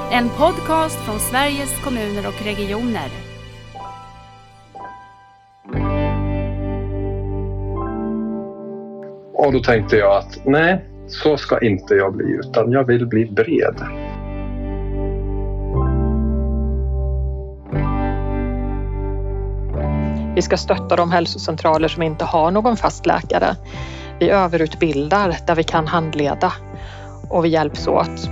En podcast från Sveriges kommuner och regioner. Och då tänkte jag att nej, så ska inte jag bli, utan jag vill bli bred. Vi ska stötta de hälsocentraler som inte har någon fast läkare. Vi överutbildar där vi kan handleda och vi hjälps åt.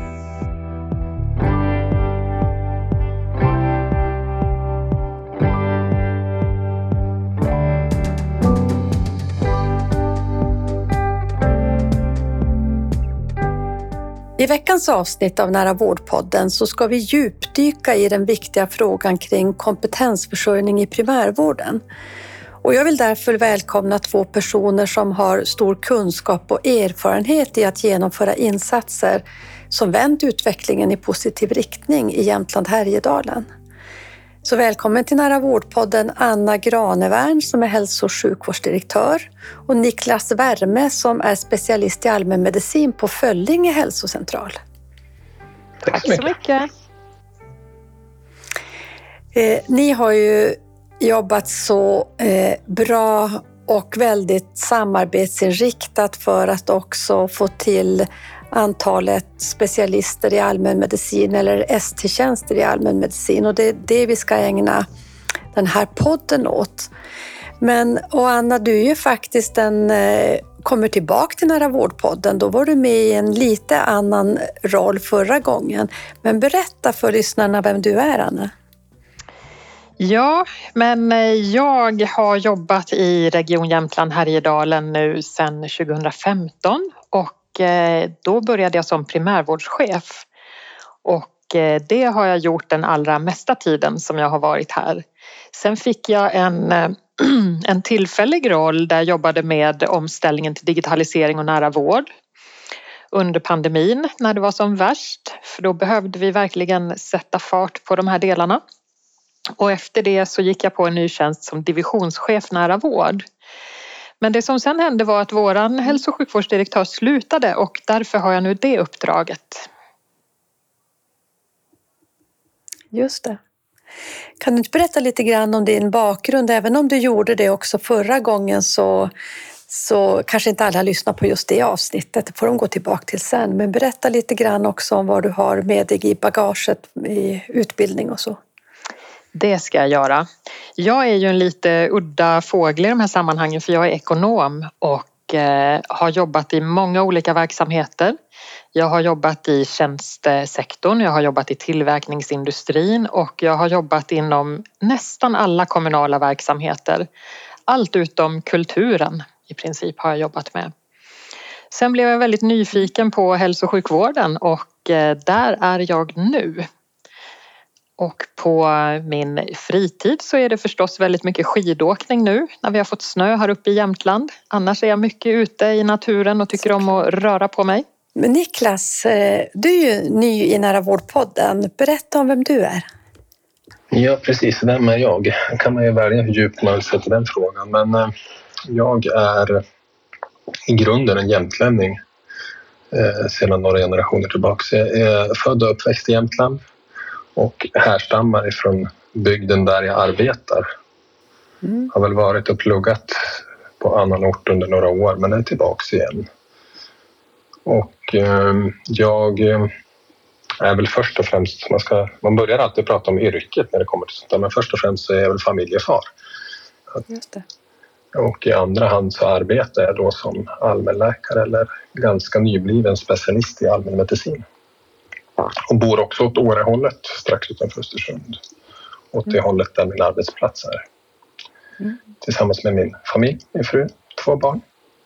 I veckans avsnitt av Nära vårdpodden så ska vi djupdyka i den viktiga frågan kring kompetensförsörjning i primärvården. Och jag vill därför välkomna två personer som har stor kunskap och erfarenhet i att genomföra insatser som vänt utvecklingen i positiv riktning i Jämtland-Härjedalen. Så välkommen till Nära vårdpodden Anna Granevärn som är hälso- och sjukvårdsdirektör och Niklas Värme som är specialist i allmänmedicin på Föllinge hälsocentral. Tack så mycket. Ni har ju jobbat så bra och väldigt samarbetsinriktat för att också få till antalet specialister i allmänmedicin eller ST-tjänster i allmänmedicin, och det är det vi ska ägna den här podden åt. Men och Anna, du är ju faktiskt kommer tillbaka till Nära vårdpodden. Då var du med i en lite annan roll förra gången. Men berätta för lyssnarna vem du är, Anna. Ja, men jag har jobbat i Region Jämtland-Härjedalen nu sedan 2015 och då började jag som primärvårdschef och det har jag gjort den allra mesta tiden som jag har varit här. Sen fick jag en tillfällig roll där jag jobbade med omställningen till digitalisering och nära vård under pandemin när det var som värst, för då behövde vi verkligen sätta fart på de här delarna. Och efter det så gick jag på en ny tjänst som divisionschef nära vård. Men det som sen hände var att våran hälso- och sjukvårdsdirektör slutade och därför har jag nu det uppdraget. Just det. Kan du inte berätta lite grann om din bakgrund? Även om du gjorde det också förra gången så kanske inte alla lyssnar på just det avsnittet. Det får de gå tillbaka till sen. Men berätta lite grann också om vad du har med dig i bagaget i utbildning och så. Det ska jag göra. Jag är ju en lite udda fågel i de här sammanhangen för jag är ekonom och har jobbat i många olika verksamheter. Jag har jobbat i tjänstesektorn, jag har jobbat i tillverkningsindustrin och jag har jobbat inom nästan alla kommunala verksamheter. Allt utom kulturen i princip har jag jobbat med. Sen blev jag väldigt nyfiken på hälso- och sjukvården och där är jag nu. Och på min fritid så är det förstås väldigt mycket skidåkning nu när vi har fått snö här uppe i Jämtland. Annars är jag mycket ute i naturen och tycker om att röra på mig. Men Niklas, du är ju ny i Nära vårdpodden. Berätta om vem du är. Ja, precis. Vem är jag? Kan man ju välja hur djupt man sätter den frågan. Men jag är i grunden en jämtlänning sedan några generationer tillbaka. Jag är född och uppväxt i Jämtland och härstammar ifrån bygden där jag arbetar. Har väl varit och pluggat på annan ort under några år men är tillbaka igen. Och jag är väl först och främst, man börjar alltid prata om yrket när det kommer till sånt där, men först och främst så är jag väl familjefar. Just det. Och i andra hand så arbetar jag då som allmänläkare eller ganska nybliven specialist i allmänmedicin. Och bor också åt Årehållet strax utanför Östersund. Åt det hållet där min arbetsplats är. Tillsammans med min familj, min fru, 2 barn.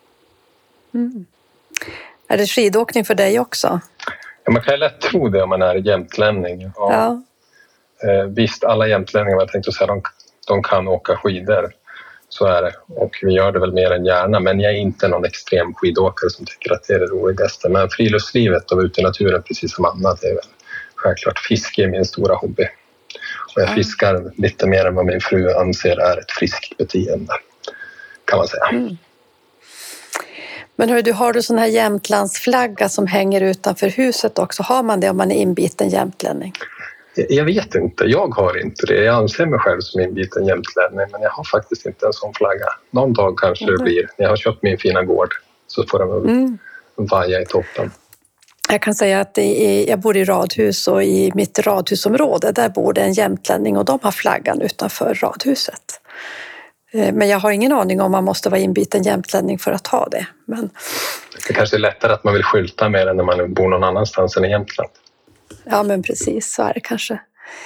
Är det skidåkning för dig också? Ja, man kan ju lätt tro det om man är jämtlänning. Ja. Visst, alla jämtlänningar, jag tänkte säga, de kan åka skidor. Så är det. Och vi gör det väl mer än gärna. Men jag är inte någon extrem skidåkare som tycker att det är det roligaste. Men friluftslivet och ute i naturen precis som annat är väl självklart. Fiske är min stora hobby. Och jag fiskar lite mer än vad min fru anser är ett friskt beteende. Kan man säga. Men hör du, har du sån här Jämtlandsflagga som hänger utanför huset också? Har man det om man är inbiten jämtlänning? Jag vet inte, jag har inte det. Jag anser mig själv som inbiten jämtlänning, men jag har faktiskt inte en sån flagga. Någon dag kanske det blir. När jag har köpt min fina gård så får den väl vaja i toppen. Jag kan säga att jag bor i radhus och i mitt radhusområde där bor det en jämtlänning och de har flaggan utanför radhuset. Men jag har ingen aning om man måste vara inbiten jämtlänning för att ha det. Men... Det kanske är lättare att man vill skylta med det när man bor någon annanstans än i Jämtland. Ja, men precis, så är det kanske.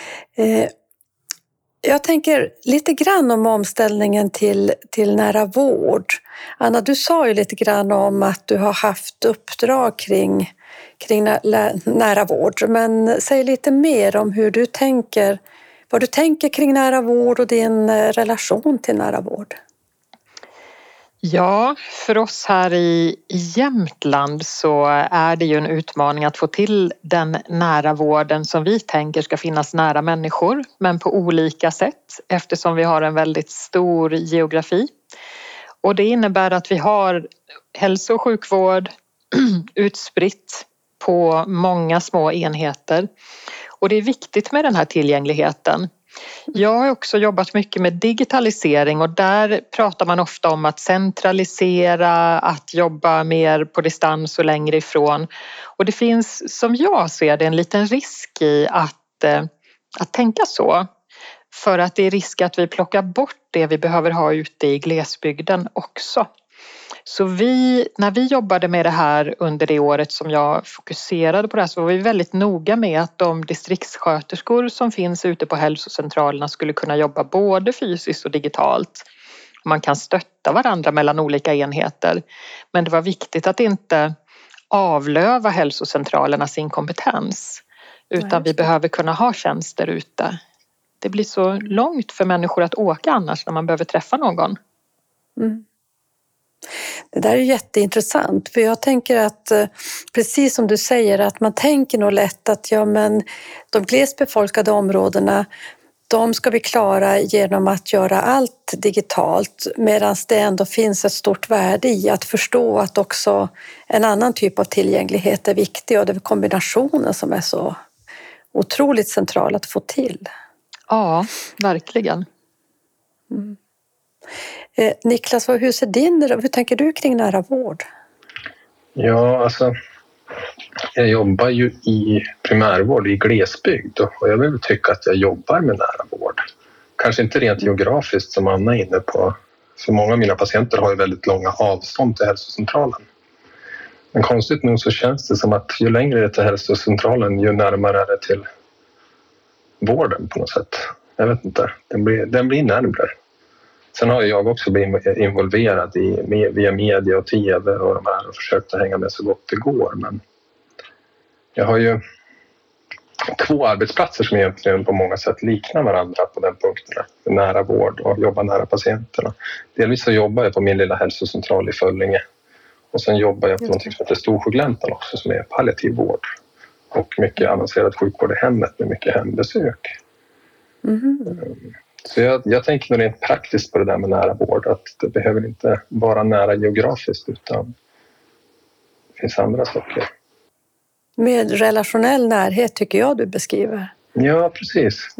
Jag tänker lite grann om omställningen till nära vård. Anna, du sa ju lite grann om att du har haft uppdrag kring nära vård. Men säg lite mer om hur du tänker, vad du tänker kring nära vård och din relation till nära vård. Ja, för oss här i Jämtland så är det ju en utmaning att få till den nära vården som vi tänker ska finnas nära människor, men på olika sätt eftersom vi har en väldigt stor geografi. Och det innebär att vi har hälso- och sjukvård utspritt på många små enheter. Och det är viktigt med den här tillgängligheten. Jag har också jobbat mycket med digitalisering och där pratar man ofta om att centralisera, att jobba mer på distans och längre ifrån. Och det finns, som jag ser det, en liten risk i att tänka så. För att det är risk att vi plockar bort det vi behöver ha ute i glesbygden också. Så när vi jobbade med det här under det året som jag fokuserade på det här så var vi väldigt noga med att de distriktssköterskor som finns ute på hälsocentralerna skulle kunna jobba både fysiskt och digitalt. Man kan stötta varandra mellan olika enheter. Men det var viktigt att inte avlöva hälsocentralerna sin kompetens. Utan vi behöver kunna ha tjänster ute. Det blir så långt för människor att åka annars när man behöver träffa någon. Mm. Det där är jätteintressant, för jag tänker att precis som du säger att man tänker nog lätt att de glesbefolkade områdena, de ska vi klara genom att göra allt digitalt, medan det ändå finns ett stort värde i att förstå att också en annan typ av tillgänglighet är viktig och det är kombinationen som är så otroligt central att få till. Ja, verkligen. Mm. Niklas, hur tänker du kring nära vård? Ja, alltså jag jobbar ju i primärvård i glesbygd och jag vill tycka att jag jobbar med nära vård. Kanske inte rent geografiskt som Anna är inne på. Så många av mina patienter har ju väldigt långa avstånd till hälsocentralen. Men konstigt nog så känns det som att ju längre det är till hälsocentralen ju närmare är det till vården på något sätt. Jag vet inte, den blir närmare. Sen har jag också blivit involverad via media och tv och de här och försökt att hänga med så gott det går. Men jag har ju 2 arbetsplatser som egentligen på många sätt liknar varandra på den punkten. Nära vård och jobba nära patienterna. Delvis så jobbar jag på min lilla hälsocentral i Föllinge. Och sen jobbar jag på något som heter Storsjögläntan också som är palliativ vård. Och mycket avancerad sjukvård i hemmet med mycket hembesök. Så jag tänker nog rent praktiskt på det där med nära vård. Att det behöver inte vara nära geografiskt utan det finns andra saker. Med relationell närhet tycker jag du beskriver. Ja, precis.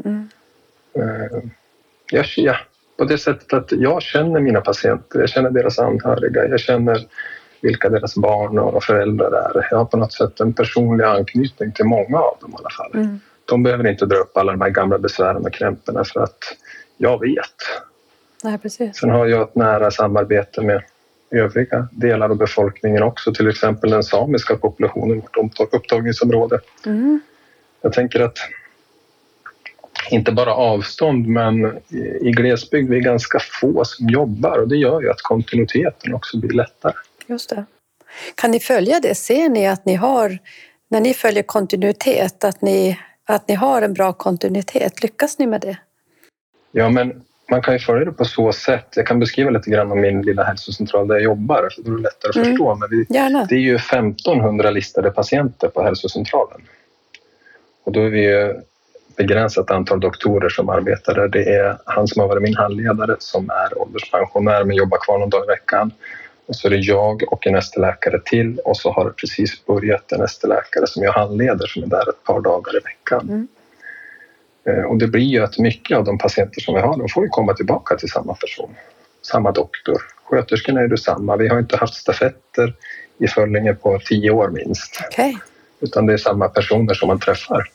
På det sättet att jag känner mina patienter, jag känner deras anhöriga, jag känner vilka deras barn och föräldrar är. Jag har på något sätt en personlig anknytning till många av dem i alla fall. De behöver inte dra upp alla de här gamla besvären och krämporna för att jag vet. Nej, precis. Sen har jag ett nära samarbete med övriga delar av befolkningen också. Till exempel den samiska populationen, vårt upptagningsområde. Jag tänker att inte bara avstånd men i glesbygd vi är ganska få som jobbar och det gör ju att kontinuiteten också blir lättare. Just det. Kan ni följa det? Ser ni att ni har, när ni följer kontinuitet, att ni har en bra kontinuitet? Lyckas ni med det? Ja, men man kan ju följa det på så sätt. Jag kan beskriva lite grann om min lilla hälsocentral där jag jobbar, för det är lättare att förstå. Men det är ju 1500 listade patienter på hälsocentralen. Och då är vi ju begränsat antal doktorer som arbetar där. Det är han som har varit min handledare som är ålderspensionär men jobbar kvar någon dag i veckan. Och så är det jag och en ST-läkare till och så har det precis börjat en ST-läkare som jag handleder som är där ett par dagar i veckan. Och det blir ju att mycket av de patienter som vi har, de får ju komma tillbaka till samma person, samma doktor. Sköterskorna är det samma. Vi har inte haft stafetter i Föllinge på 10 år minst. Okay. Utan det är samma personer som man träffar.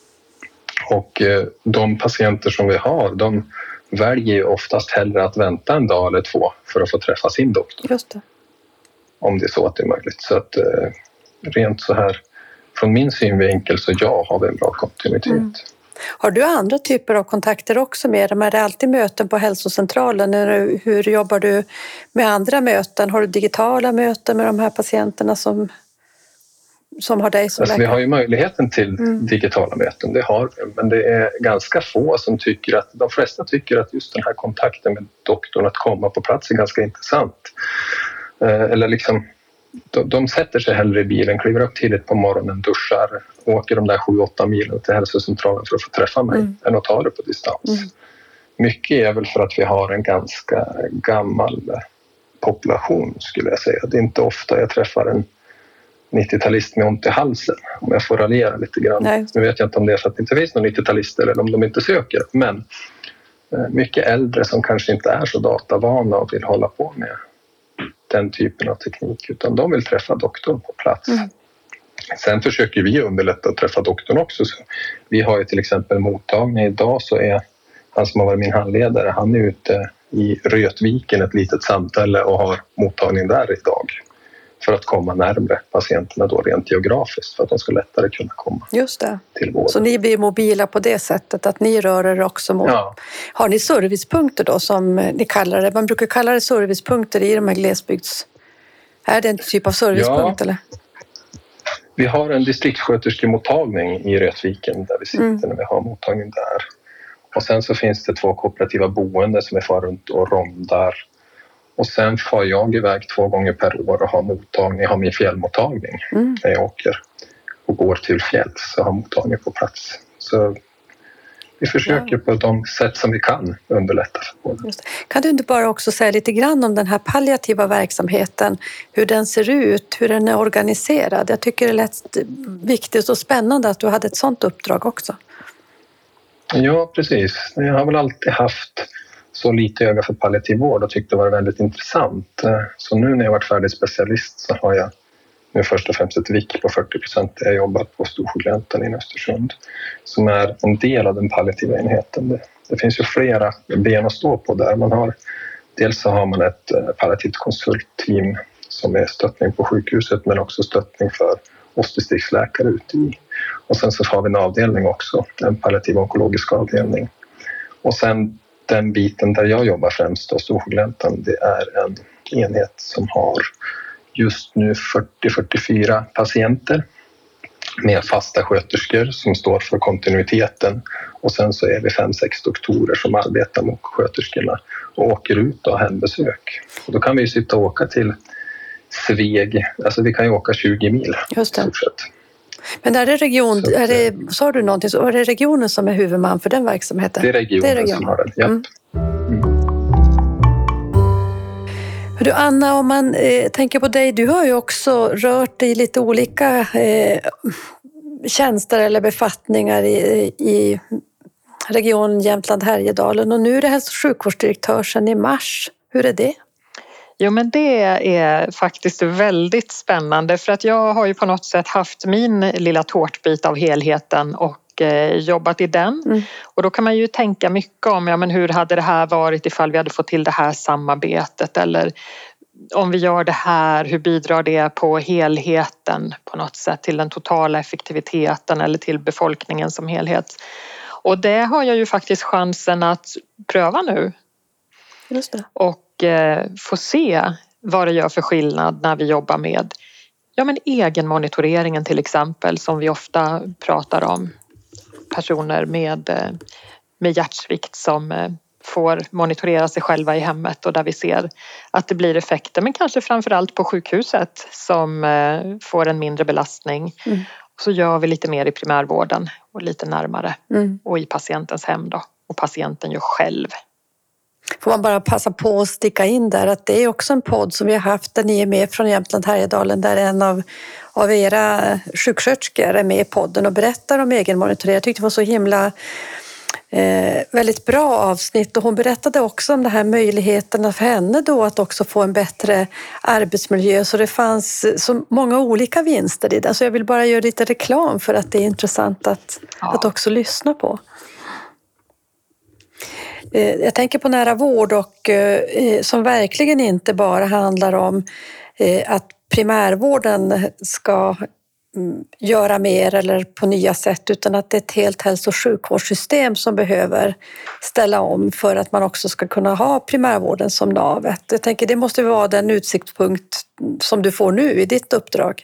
Och de patienter som vi har, de väljer ju oftast hellre att vänta en dag eller 2 för att få träffa sin doktor. Just det. Om det är så att det är möjligt. Så att rent så här, från min synvinkel så har vi en bra kontinuitet. Har du andra typer av kontakter också med dem? Är det alltid möten på hälsocentralen? Hur jobbar du med andra möten? Har du digitala möten med de här patienterna som har dig som läkare? Vi har ju möjligheten till digitala möten, det har vi. Men det är ganska få som tycker att, de flesta tycker att just den här kontakten med doktorn, att komma på plats, är ganska intressant. Eller liksom, de sätter sig hellre i bilen, kliver upp tidigt på morgonen, duschar, åker de där 7-8 milen till hälsocentralen för att få träffa mig än att ta det på distans. Mycket är väl för att vi har en ganska gammal population, skulle jag säga. Det är inte ofta jag träffar en 90-talist med ont i halsen, om jag får raljera lite grann. Nej. Nu vet jag inte om det är så att det inte finns någon 90-talister eller om de inte söker, men mycket äldre som kanske inte är så datavana och vill hålla på med den typen av teknik, utan de vill träffa doktorn på plats. Sen försöker vi underlätta att träffa doktorn också. Så vi har ju till exempel mottagning idag, så är han som har varit min handledare, han är ute i Rötviken, ett litet samhälle, och har mottagning där idag för att komma närmare patienterna då rent geografiskt, för att de ska lättare kunna komma. Just det. Till vården. Så ni blir mobila på det sättet att ni rör er också mot... Ja. Har ni servicepunkter då som ni kallar det? Man brukar kalla det servicepunkter i de här glesbygds... Är det en typ av servicepunkt eller? Vi har en distriktssköterskemottagning i Rötviken där vi sitter när vi har mottagning där. Och sen så finns det 2 kooperativa boenden som är far runt och rondar. Och sen får jag iväg 2 gånger per år och har mottagning. Jag har min fjällmottagning när jag åker och går till fjälls och har mottagning på plats. Så vi försöker på de sätt som vi kan underlätta för vården. Kan du inte bara också säga lite grann om den här palliativa verksamheten, hur den ser ut, hur den är organiserad? Jag tycker det lät viktigt och spännande att du hade ett sådant uppdrag också. Ja, precis. Jag har väl alltid haft så lite öga för palliativ vård och tyckte det var väldigt intressant. Så nu när jag varit färdig specialist så har jag nu först och främst ett vik på 40%. Jag jobbar på Storsjögläntan i Östersund som är en del av den palliativa enheten. Det finns ju flera ben att stå på där. Dels så har man ett palliativt konsultteam som är stöttning på sjukhuset, men också stöttning för oss distriktsläkare ute i. Och sen så har vi en avdelning också, en palliativ onkologisk avdelning. Och sen den biten där jag jobbar främst då, Storsjögläntan, det är en enhet som har just nu 40-44 patienter med fasta sköterskor som står för kontinuiteten. Och sen så är vi 5-6 doktorer som arbetar mot sköterskorna och åker ut och har hembesök. Och då kan vi ju sitta och åka till Sveg, alltså vi kan ju åka 20 mil. Just det. Men är det region, sa du någonting, så är det regionen som är huvudman för den verksamheten? Det är regionen som har den, ja. Du Anna, om man tänker på dig, du har ju också rört dig i lite olika tjänster eller befattningar i region Jämtland-Härjedalen, och nu är det hälso- och sjukvårdsdirektör sedan i mars. Hur är det? Jo, men det är faktiskt väldigt spännande, för att jag har ju på något sätt haft min lilla tårtbit av helheten och jobbat i den. Och då kan man ju tänka mycket om men hur hade det här varit ifall vi hade fått till det här samarbetet, eller om vi gör det här, hur bidrar det på helheten på något sätt, till den totala effektiviteten eller till befolkningen som helhet. Och det har jag ju faktiskt chansen att pröva nu. Just det. Och få se vad det gör för skillnad när vi jobbar med egenmonitoreringen till exempel, som vi ofta pratar om. Personer med hjärtsvikt som får monitorera sig själva i hemmet, och där vi ser att det blir effekter, men kanske framförallt på sjukhuset som får en mindre belastning. Så gör vi lite mer i primärvården och lite närmare och i patientens hem då, och patienten gör själv. Får man bara passa på att sticka in där att det är också en podd som vi har haft där ni är med från Jämtland Härjedalen, där en av era sjuksköterskor är med i podden och berättar om egenmonitorering. Jag tyckte det var så himla väldigt bra avsnitt, och hon berättade också om det här möjligheterna för henne då att också få en bättre arbetsmiljö, så det fanns så många olika vinster i den. Så jag vill bara göra lite reklam för att det är intressant att också lyssna på. Jag tänker på nära vård, och som verkligen inte bara handlar om att primärvården ska göra mer eller på nya sätt, utan att det är ett helt hälso- och sjukvårdssystem som behöver ställa om för att man också ska kunna ha primärvården som navet. Jag tänker det måste vara den utsiktspunkt som du får nu i ditt uppdrag.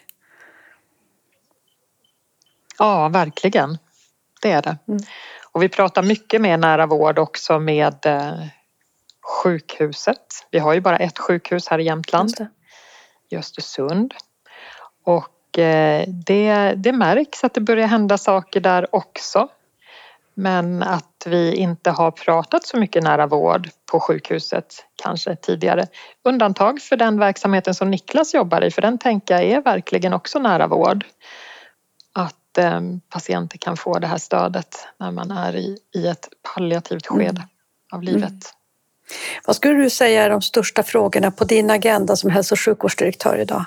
Ja, verkligen. Det är det. Och vi pratar mycket med nära vård också med sjukhuset. Vi har ju bara ett sjukhus här i Jämtland, i Östersund. Och det märks att det börjar hända saker där också. Men att vi inte har pratat så mycket nära vård på sjukhuset kanske tidigare. Undantag för den verksamheten som Niklas jobbar i, för den tänker jag är verkligen också nära vård. Att patienter kan få det här stödet när man är i ett palliativt skede av livet. Vad skulle du säga är de största frågorna på din agenda som hälso- och sjukvårdsdirektör idag?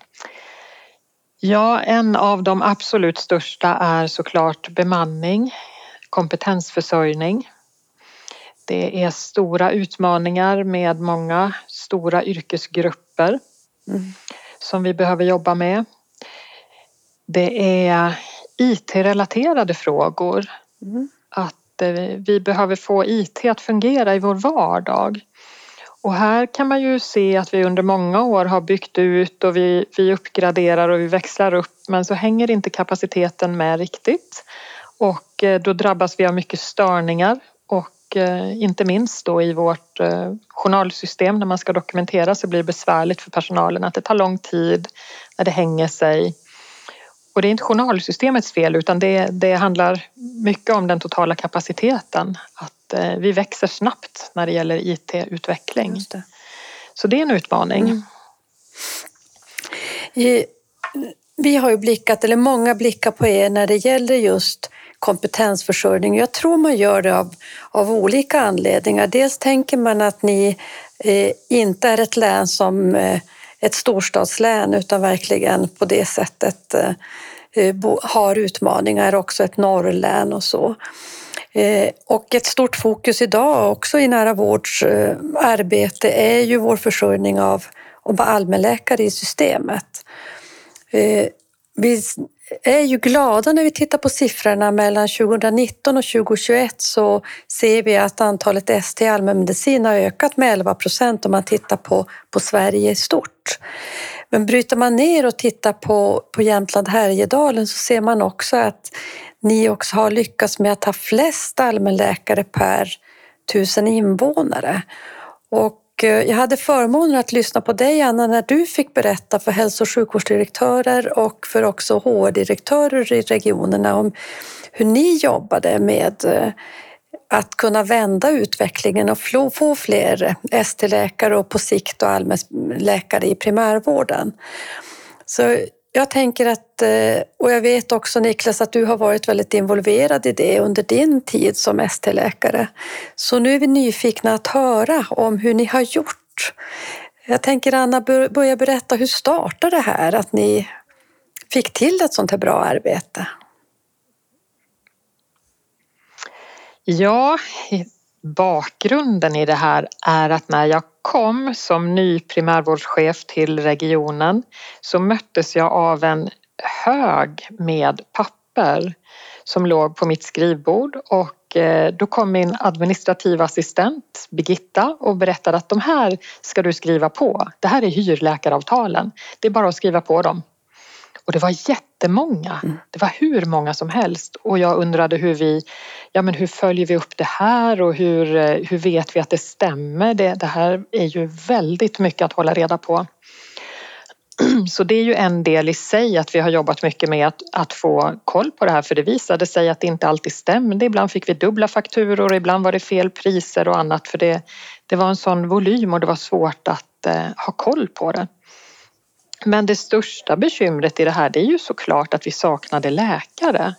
Ja, en av de absolut största är såklart bemanning, kompetensförsörjning. Det är stora utmaningar med många stora yrkesgrupper som vi behöver jobba med. Det är IT-relaterade frågor. Att vi behöver få IT att fungera i vår vardag. Och här kan man ju se att vi under många år har byggt ut och vi uppgraderar och vi växlar upp, men så hänger inte kapaciteten med riktigt. Och då drabbas vi av mycket störningar, och inte minst då i vårt journalsystem när man ska dokumentera så blir det besvärligt för personalen att det tar lång tid när det hänger sig. Och det är inte journalsystemets fel, utan det handlar mycket om den totala kapaciteten. Att vi växer snabbt när det gäller IT-utveckling. Så det är en utmaning. Vi har ju blickat, eller många blickar på er när det gäller just kompetensförsörjning. Jag tror man gör det av olika anledningar. Dels tänker man att ni inte är ett län som ett storstadslän, utan verkligen på det sättet har utmaningar, också ett norrlän och så. Och ett stort fokus idag också i nära vårds arbete är ju vår försörjning av allmänläkare i systemet. Vi är ju glada när vi tittar på siffrorna mellan 2019 och 2021, så ser vi att antalet ST i allmänmedicin har ökat med 11% om man tittar på Sverige i stort. Men bryter man ner och tittar på Jämtland Härjedalen så ser man också att ni också har lyckats med att ha flest allmänläkare per 1000 invånare. Och jag hade förmånen att lyssna på dig, Anna, när du fick berätta för hälso- och sjukvårdsdirektörer och för också HR-direktörer i regionerna om hur ni jobbade med att kunna vända utvecklingen och få fler ST-läkare och på sikt och allmänläkare i primärvården. Så jag tänker att, och jag vet också Niklas att du har varit väldigt involverad i det under din tid som ST-läkare. Så nu är vi nyfikna att höra om hur ni har gjort. Jag tänker Anna, börja berätta, hur startade det här att ni fick till ett sånt här bra arbete? Ja, bakgrunden i det här är att när jag kom som ny primärvårdschef till regionen så möttes jag av en hög med papper som låg på mitt skrivbord, och då kom min administrativa assistent Birgitta och berättade att de här ska du skriva på. Det här är hyrläkaravtalen. Det är bara att skriva på dem. Och det var jättemånga. Det var hur många som helst. Och jag undrade hur följer vi upp det här och hur vet vi att det stämmer? Det här är ju väldigt mycket att hålla reda på. Så det är ju en del i sig att vi har jobbat mycket med att få koll på det här, för det visade sig att det inte alltid stämde. Ibland fick vi dubbla fakturor, ibland var det fel priser och annat, för det var en sån volym och det var svårt att ha koll på det. Men det största bekymret i det här, det är ju såklart att vi saknade läkare.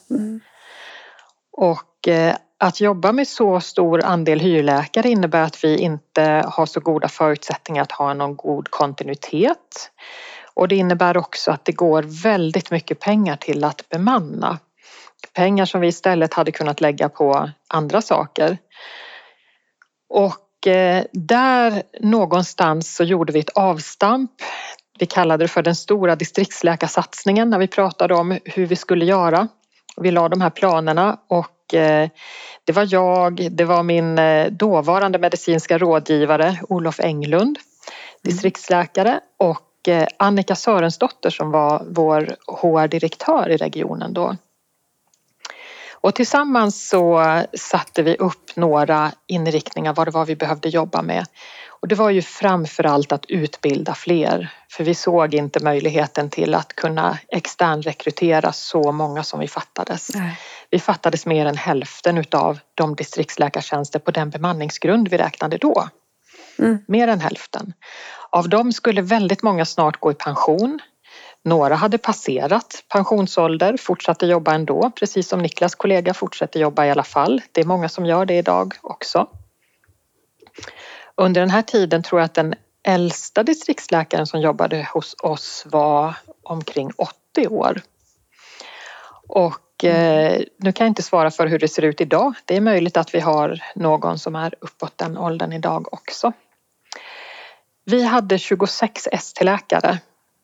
Och att jobba med så stor andel hyrläkare innebär att vi inte har så goda förutsättningar att ha någon god kontinuitet. Och det innebär också att det går väldigt mycket pengar till att bemanna. Pengar som vi istället hade kunnat lägga på andra saker. Och där någonstans så gjorde vi ett avstamp. Vi kallade det för den stora distriktsläkarsatsningen när vi pratade om hur vi skulle göra. Vi la de här planerna och det var min dåvarande medicinska rådgivare Olof Englund, distriktsläkare, och Annika Sörensdotter som var vår HR-direktör i regionen då. Och tillsammans så satte vi upp några inriktningar vad det var vi behövde jobba med. Och det var ju framförallt att utbilda fler, för vi såg inte möjligheten till att kunna externrekrytera så många som vi fattades. Nej. Vi fattades mer än hälften utav de distriktsläkartjänster på den bemanningsgrund vi räknade då. Mer än hälften. Av dem skulle väldigt många snart gå i pension. Några hade passerat pensionsålder, fortsatte jobba ändå, precis som Niklas kollega fortsätter jobba i alla fall. Det är många som gör det idag också. Under den här tiden tror jag att den äldsta distriktsläkaren som jobbade hos oss var omkring 80 år. Och nu kan jag inte svara för hur det ser ut idag. Det är möjligt att vi har någon som är uppåt den åldern idag också. Vi hade 26 ST-läkare.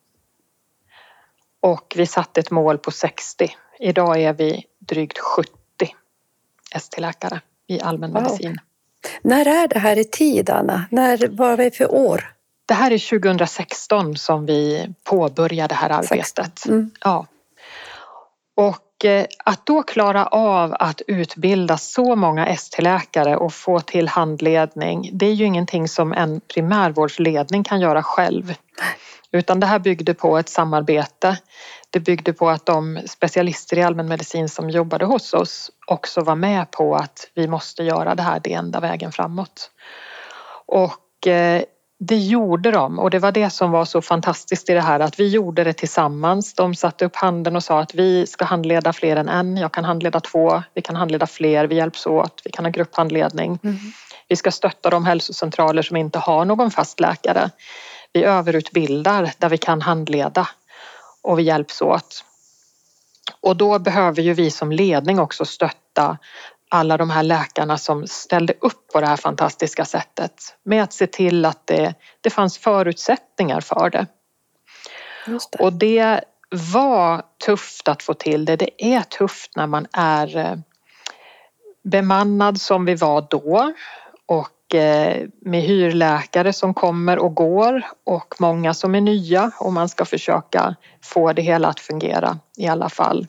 Och vi satte ett mål på 60. Idag är vi drygt 70 ST-läkare i allmän medicin. När är det här i tid, Anna? Vad är det för år? Det här är 2016 som vi påbörjade det här arbetet. Ja. Och att då klara av att utbilda så många ST-läkare och få till handledning, det är ju ingenting som en primärvårdsledning kan göra själv. Utan det här byggde på ett samarbete. Det byggde på att de specialister i allmänmedicin som jobbade hos oss också var med på att vi måste göra det här, det enda vägen framåt. Och det gjorde de, och det var det som var så fantastiskt i det här, att vi gjorde det tillsammans. De satte upp handen och sa att vi ska handleda fler än en, jag kan handleda 2, vi kan handleda fler, vi hjälps åt, vi kan ha grupphandledning. Vi ska stötta de hälsocentraler som inte har någon fast läkare. Vi överutbildar där vi kan handleda och vi hjälps åt. Och då behöver ju vi som ledning också stötta alla de här läkarna som ställde upp på det här fantastiska sättet med att se till att det fanns förutsättningar för det. Just det. Och det var tufft att få till det. Det är tufft när man är bemannad som vi var då och med hyrläkare som kommer och går och många som är nya, och man ska försöka få det hela att fungera i alla fall.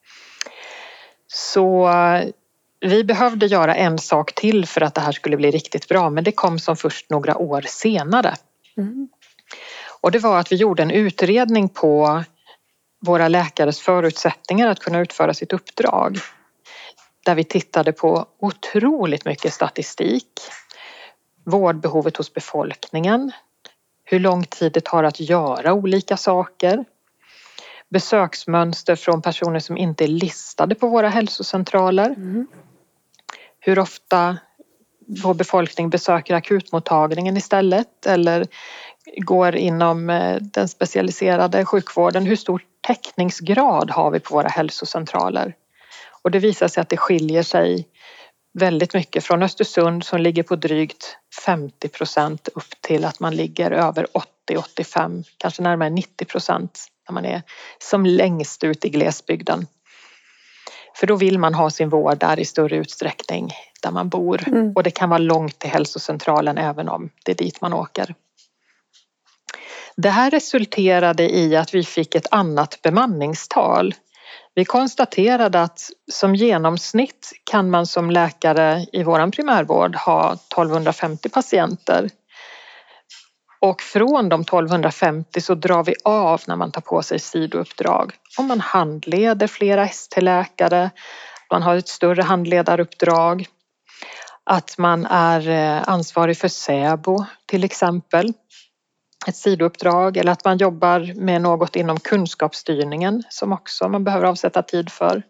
Så vi behövde göra en sak till för att det här skulle bli riktigt bra, men det kom som först några år senare. Och det var att vi gjorde en utredning på våra läkares förutsättningar att kunna utföra sitt uppdrag. Där vi tittade på otroligt mycket statistik. Vårdbehovet hos befolkningen. Hur lång tid det tar att göra olika saker. Besöksmönster från personer som inte är listade på våra hälsocentraler. Hur ofta vår befolkning besöker akutmottagningen istället eller går inom den specialiserade sjukvården. Hur stor täckningsgrad har vi på våra hälsocentraler? Och det visar sig att det skiljer sig väldigt mycket från Östersund som ligger på drygt 50% upp till att man ligger över 80-85, kanske närmare 90% när man är som längst ut i glesbygden. För då vill man ha sin vård där i större utsträckning där man bor. Och det kan vara långt till hälsocentralen även om det är dit man åker. Det här resulterade i att vi fick ett annat bemanningstal. Vi konstaterade att som genomsnitt kan man som läkare i våran primärvård ha 1250 patienter. Och från de 1250 så drar vi av när man tar på sig sidouppdrag. Om man handleder flera ST-läkare, man har ett större handledaruppdrag, att man är ansvarig för SÄBO till exempel, ett sidouppdrag, eller att man jobbar med något inom kunskapsstyrningen som också man behöver avsätta tid för.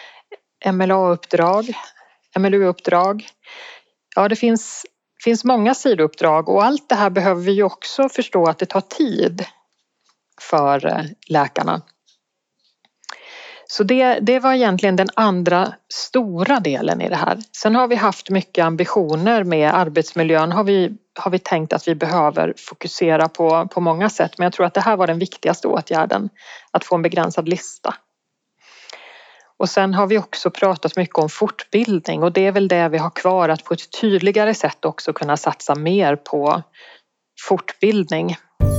MLU-uppdrag. Ja, det finns många sidouppdrag och allt det här behöver vi ju också förstå att det tar tid för läkarna. Så det var egentligen den andra stora delen i det här. Sen har vi haft mycket ambitioner med arbetsmiljön. Har vi tänkt att vi behöver fokusera på många sätt. Men jag tror att det här var den viktigaste åtgärden. Att få en begränsad lista. Och sen har vi också pratat mycket om fortbildning. Och det är väl det vi har kvar. Att på ett tydligare sätt också kunna satsa mer på fortbildning.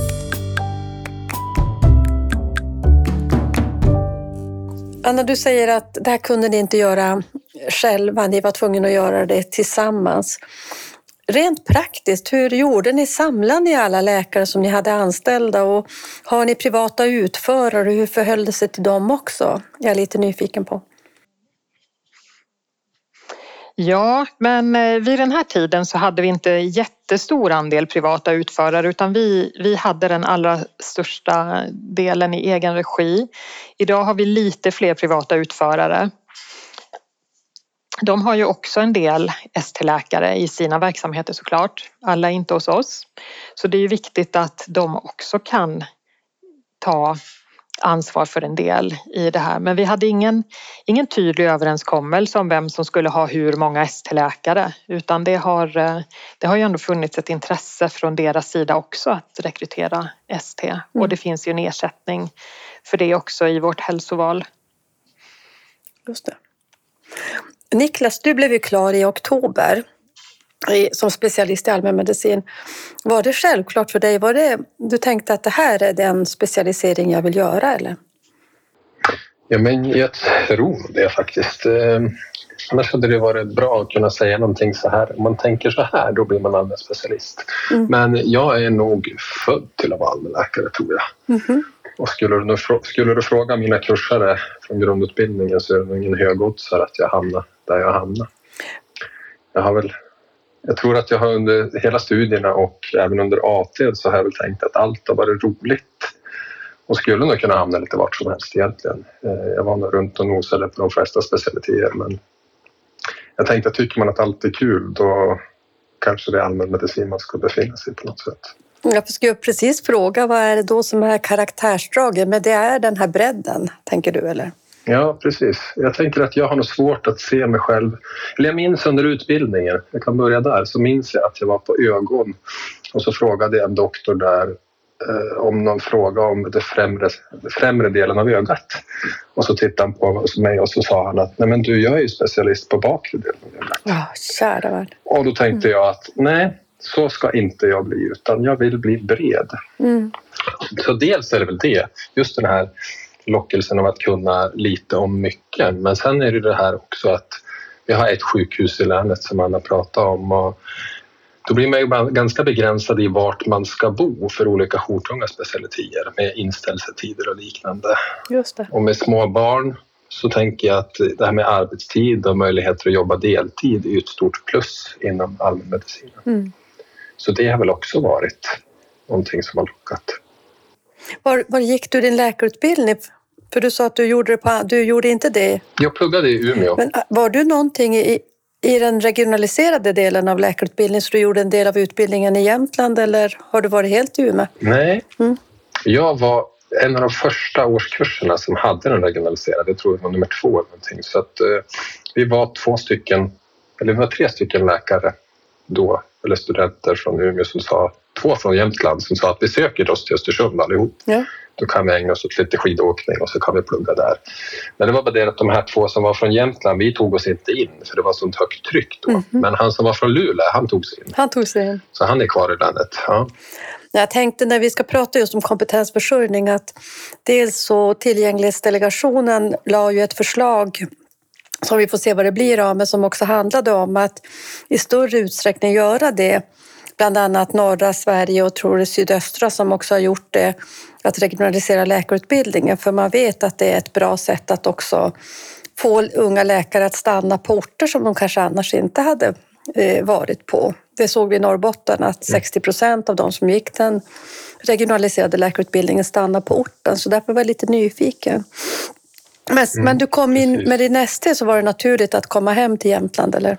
Anna, du säger att det här kunde ni inte göra själva, ni var tvungna att göra det tillsammans. Rent praktiskt, hur gjorde ni? Samlade ni alla läkare som ni hade anställda och har ni privata utförare? Hur förhöll det sig till dem också? Jag är lite nyfiken på. Ja, men vid den här tiden så hade vi inte jättestor andel privata utförare utan vi hade den allra största delen i egen regi. Idag har vi lite fler privata utförare. De har ju också en del ST-läkare i sina verksamheter såklart. Alla är inte hos oss. Så det är ju viktigt att de också kan ta ansvar för en del i det här. Men vi hade ingen tydlig överenskommelse om vem som skulle ha hur många ST-läkare. Utan det har ju ändå funnits ett intresse från deras sida också att rekrytera ST. Och det finns ju en ersättning för det också i vårt hälsoval. Just det. Niklas, du blev ju klar i oktober som specialist i allmänmedicin. Var det självklart för dig? Du tänkte att det här är den specialisering jag vill göra, eller? Ja, men jag tror det faktiskt. Annars hade det varit bra att kunna säga någonting så här. Om man tänker så här, då blir man allmänspecialist. Men jag är nog född till att vara allmänläkare, tror jag. Och skulle du fråga mina kursare från grundutbildningen så är det ingen högoddsare att jag hamnar där jag hamnar. Jag tror att jag har under hela studierna och även under AT så har jag väl tänkt att allt har varit roligt. Och skulle nog kunna hamna lite vart som helst egentligen. Jag var nog runt och nosade på de flesta specialiteter, men jag tänkte att tycker man att allt är kul då kanske det är allmänmedicin man ska befinna sig på något sätt. Jag skulle precis fråga, vad är det då som är karaktärsdragen? Men det är den här bredden, tänker du, eller? Ja, precis. Jag tänker att jag har nog svårt att se mig själv. Eller jag minns under utbildningen, jag kan börja där, så minns jag att jag var på ögon. Och så frågade jag en doktor där om någon fråga om det främre delen av ögat. Och så tittade han på mig och så sa han att nej men du, jag är ju specialist på bakre delen av ögat. Ja, kära värld. Och då tänkte jag att nej, så ska inte jag bli, utan jag vill bli bred. Så dels är det väl det, just den här lockelsen av att kunna lite om mycket. Men sen är det här också att vi har ett sjukhus i länet som man har pratat om. Och då blir man ju ganska begränsad i vart man ska bo för olika jourtunga specialiteter med inställelsetider och liknande. Just det. Och med små barn så tänker jag att det här med arbetstid och möjligheter att jobba deltid är ett stort plus inom allmänmedicinen. Så det har väl också varit någonting som har lockat. Var gick du din läkarutbildning? För du sa att du gjorde inte det. Jag pluggade i Umeå. Men var du någonting i den regionaliserade delen av läkarutbildningen så du gjorde en del av utbildningen i Jämtland eller har du varit helt i Umeå? Nej, jag var en av de första årskurserna som hade den regionaliserade. Jag tror det var nummer 2 eller någonting. Så att vi var 3 stycken läkare då, eller studenter från Umeå som sa, 2 från Jämtland som sa att vi söker oss till Östersund allihop. Ja. Då kan vi ägna oss åt lite skidåkning och så kan vi plugga där. Men det var bara det att de här 2 som var från Jämtland, vi tog oss inte in för det var sånt högt tryck då. Men han som var från Luleå, han tog sig in. Han tog sig in. Så han är kvar i landet, ja. Jag tänkte när vi ska prata just om kompetensförsörjning att dels så tillgänglighetsdelegationen la ju ett förslag som vi får se vad det blir av, men som också handlade om att i större utsträckning göra det bland annat norra Sverige och tror det sydöstra som också har gjort det, att regionalisera läkarutbildningen. För man vet att det är ett bra sätt att också få unga läkare att stanna på orter som de kanske annars inte hade varit på. Det såg vi i Norrbotten att 60% av de som gick den regionaliserade läkarutbildningen stannade på orten. Så därför var jag lite nyfiken. Men du kom in med din ST, så var det naturligt att komma hem till Jämtland, eller?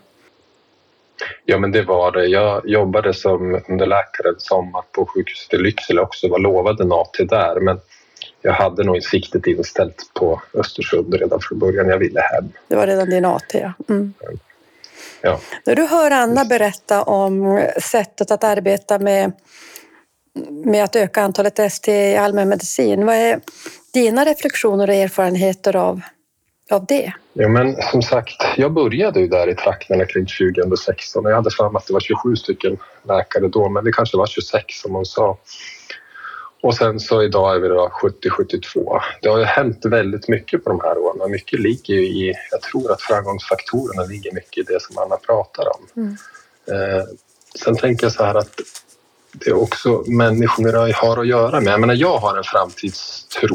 Ja, men det var det. Jag jobbade som underläkare en sommar på sjukhuset i Lycksele också. Var lovad en AT där, men jag hade nog siktet inställt på Östersund redan från början. Jag ville hem. Det var redan din AT, ja. Ja. När du hör Anna berätta om sättet att arbeta med att öka antalet ST i allmänmedicin, vad är dina reflektioner och erfarenheter av det? Ja, men som sagt, jag började ju där i trakterna kring 2016 och jag hade för mig att det var 27 stycken läkare då, men det kanske var 26 som hon sa. Och sen så idag är vi då 70-72. Det har ju hänt väldigt mycket på de här åren. Mycket ligger ju i, jag tror att framgångsfaktorerna ligger mycket i det som Anna pratar om. Sen tänker jag så här att det är också människor har att göra med. Jag menar, jag har en framtidstro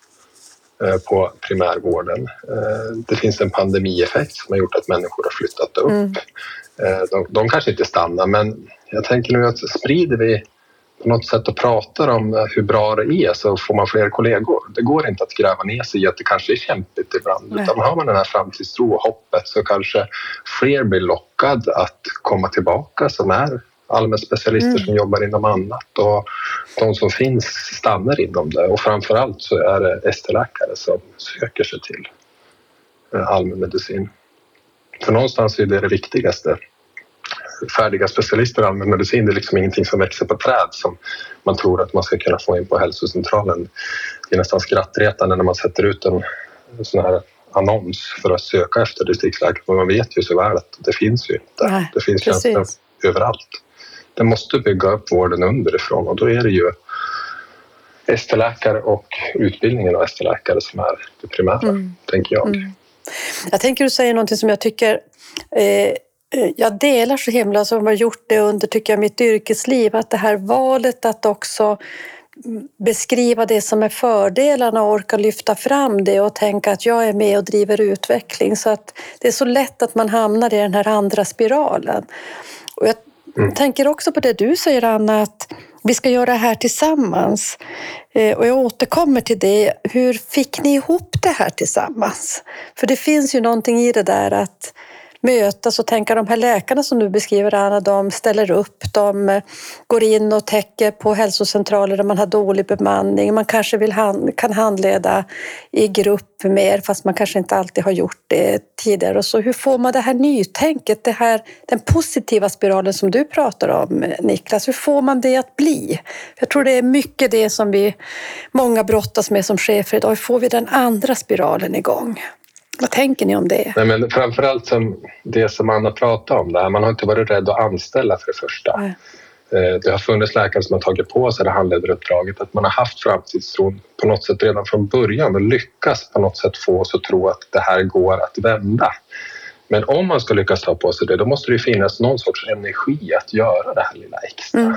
på primärvården. Det finns en pandemieffekt som har gjort att människor har flyttat upp. De kanske inte stannar, men jag tänker nu att sprider vi på något sätt och pratar om hur bra det är, så får man fler kollegor. Det går inte att gräva ner sig i att det kanske är kämpigt ibland. Utan har man den här framtidstro och hoppet, så kanske fler blir lockad att komma tillbaka som är allmänspecialister som jobbar inom annat, och de som finns stannar inom det. Och framförallt så är det ST-läkare som söker sig till allmänmedicin. För någonstans är det viktigaste. Färdiga specialister i allmänmedicin, det är liksom ingenting som växer på träd som man tror att man ska kunna få in på hälsocentralen. Det är nästan skrattretande när man sätter ut en sån här annons för att söka efter distriktsläkare, men man vet ju så väl att det finns ju inte. Nej, det finns tjänster överallt. Det måste bygga upp vården underifrån, och då är det ju ST-läkare och utbildningen av ST-läkare som är det primära, tänker jag. Jag tänker du säger någonting som jag tycker jag delar så himla, som har gjort det under, tycker jag, mitt yrkesliv, att det här valet att också beskriva det som är fördelarna och orka lyfta fram det och tänka att jag är med och driver utveckling, så att det är så lätt att man hamnar i den här andra spiralen. Och jag tänker också på det du säger, Anna, att vi ska göra det här tillsammans. Och jag återkommer till det. Hur fick ni ihop det här tillsammans? För det finns ju någonting i det där att mötas och tänka, de här läkarna som du beskriver, Anna, de ställer upp, de går in och täcker på hälsocentraler där man har dålig bemanning. Man kanske kan handleda i grupp mer, fast man kanske inte alltid har gjort det tidigare. Och så hur får man det här nytänket, den positiva spiralen som du pratar om, Niklas, hur får man det att bli? Jag tror det är mycket det som många brottas med som chefer idag. Hur får vi den andra spiralen igång? Vad tänker ni om det? Nej, men framförallt det som Anna pratade om, där man har inte varit rädd att anställa för det första. Nej. Det har funnits läkare som har tagit på sig det handledaruppdraget, att man har haft framtidstron på något sätt redan från början och lyckas på något sätt få oss att tro att det här går att vända. Men om man ska lyckas ta på sig det, då måste det finnas någon sorts energi att göra det här lilla extra.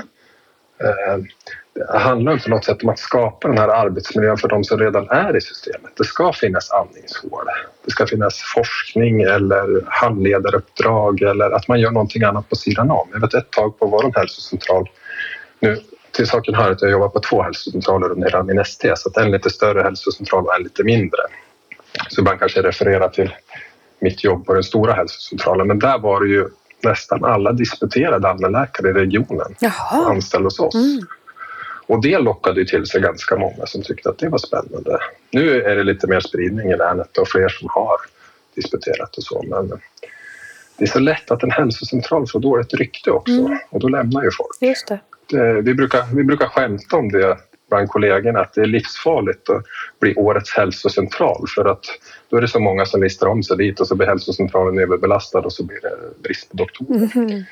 Det handlar på något sätt om att skapa den här arbetsmiljön för de som redan är i systemet. Det ska finnas andningshål. Det ska finnas forskning eller handledaruppdrag, eller att man gör någonting annat på sidan om. Jag vet ett tag på vår hälsocentral. Nu till saken hör att jag jobbar på 2 hälsocentraler under hela min ST. Så att en lite större hälsocentral och en lite mindre. Så man kanske refererar till mitt jobb på den stora hälsocentralen. Men där var det ju nästan alla disputerade allmänläkare i regionen anställda hos oss. Och det lockade ju till sig ganska många som tyckte att det var spännande. Nu är det lite mer spridning i länet och fler som har disputerat och så. Men det är så lätt att en hälsocentral får dåligt rykte också. Och då lämnar ju folk. Just det. Vi brukar skämta om det bland kollegorna, att det är livsfarligt att bli årets hälsocentral. För att då är det så många som listar om sig dit och så blir hälsocentralen överbelastad och så blir det brist på doktorer.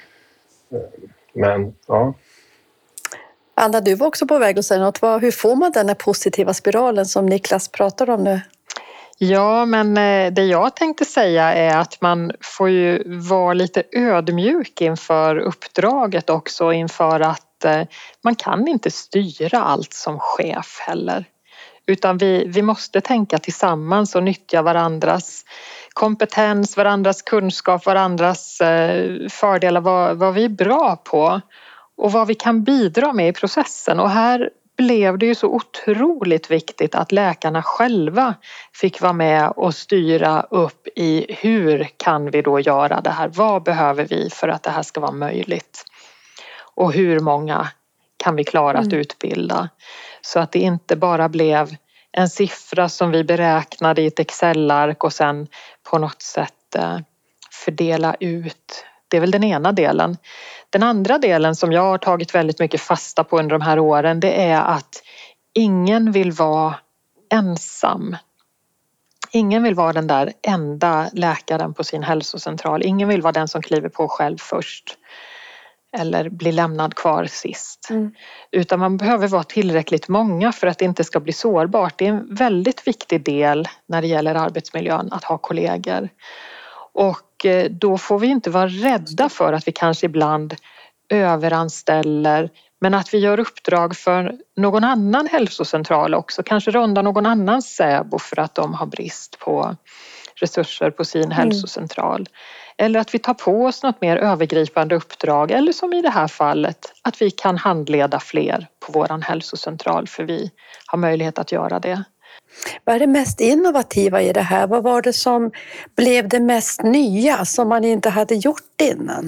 Men ja. Anna, du var också på väg att säga något. Hur får man den här positiva spiralen som Niklas pratar om nu? Ja, men det jag tänkte säga är att man får ju vara lite ödmjuk inför uppdraget också, inför att man kan inte styra allt som chef heller. Utan vi måste tänka tillsammans och nyttja varandras kompetens, varandras kunskap, varandras fördelar, vad vi är bra på och vad vi kan bidra med i processen. Och här blev det ju så otroligt viktigt att läkarna själva fick vara med och styra upp i hur kan vi då göra det här? Vad behöver vi för att det här ska vara möjligt? Och hur många kan vi klara att utbilda? Så att det inte bara blev en siffra som vi beräknade i ett Excel-ark och sen på något sätt fördela ut. Det är väl den ena delen. Den andra delen som jag har tagit väldigt mycket fasta på under de här åren, det är att ingen vill vara ensam. Ingen vill vara den där enda läkaren på sin hälsocentral. Ingen vill vara den som kliver på själv först. Eller blir lämnad kvar sist. Utan man behöver vara tillräckligt många för att det inte ska bli sårbart. Det är en väldigt viktig del när det gäller arbetsmiljön att ha kollegor. Och då får vi inte vara rädda för att vi kanske ibland överanställer, men att vi gör uppdrag för någon annan hälsocentral också. Kanske ronda någon annan SÄBO för att de har brist på resurser på sin hälsocentral. Eller att vi tar på oss något mer övergripande uppdrag. Eller som i det här fallet, att vi kan handleda fler på våran hälsocentral för vi har möjlighet att göra det. Vad är det mest innovativa i det här? Vad var det som blev det mest nya som man inte hade gjort innan?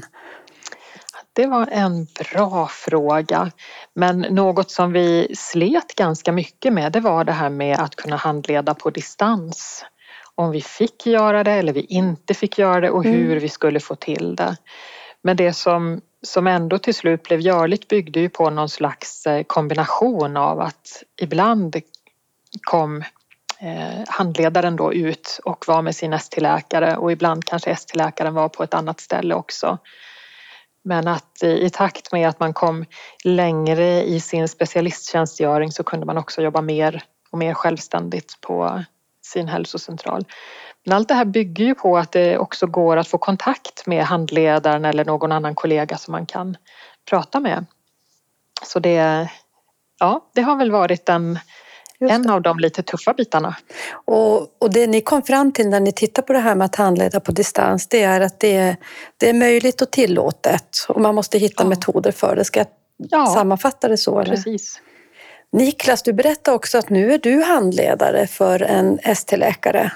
Det var en bra fråga. Men något som vi slet ganska mycket med, det var det här med att kunna handleda på distans. Om vi fick göra det eller vi inte fick göra det och hur vi skulle få till det. Men det som ändå till slut blev görligt byggde ju på någon slags kombination av att ibland kom handledaren då ut och var med sin ST-läkare och ibland kanske ST-läkaren var på ett annat ställe också. Men att i takt med att man kom längre i sin specialisttjänstgöring så kunde man också jobba mer och mer självständigt på sin hälsocentral. Men allt det här bygger ju på att det också går att få kontakt med handledaren eller någon annan kollega som man kan prata med. Så det har väl varit en av de lite tuffa bitarna. Och det ni kom fram till när ni tittar på det här med att handleda på distans, det är att det är möjligt och tillåtet och man måste hitta metoder för det. Ska jag sammanfatta det så? Eller? Precis. Niklas, du berättade också att nu är du handledare för en ST-läkare.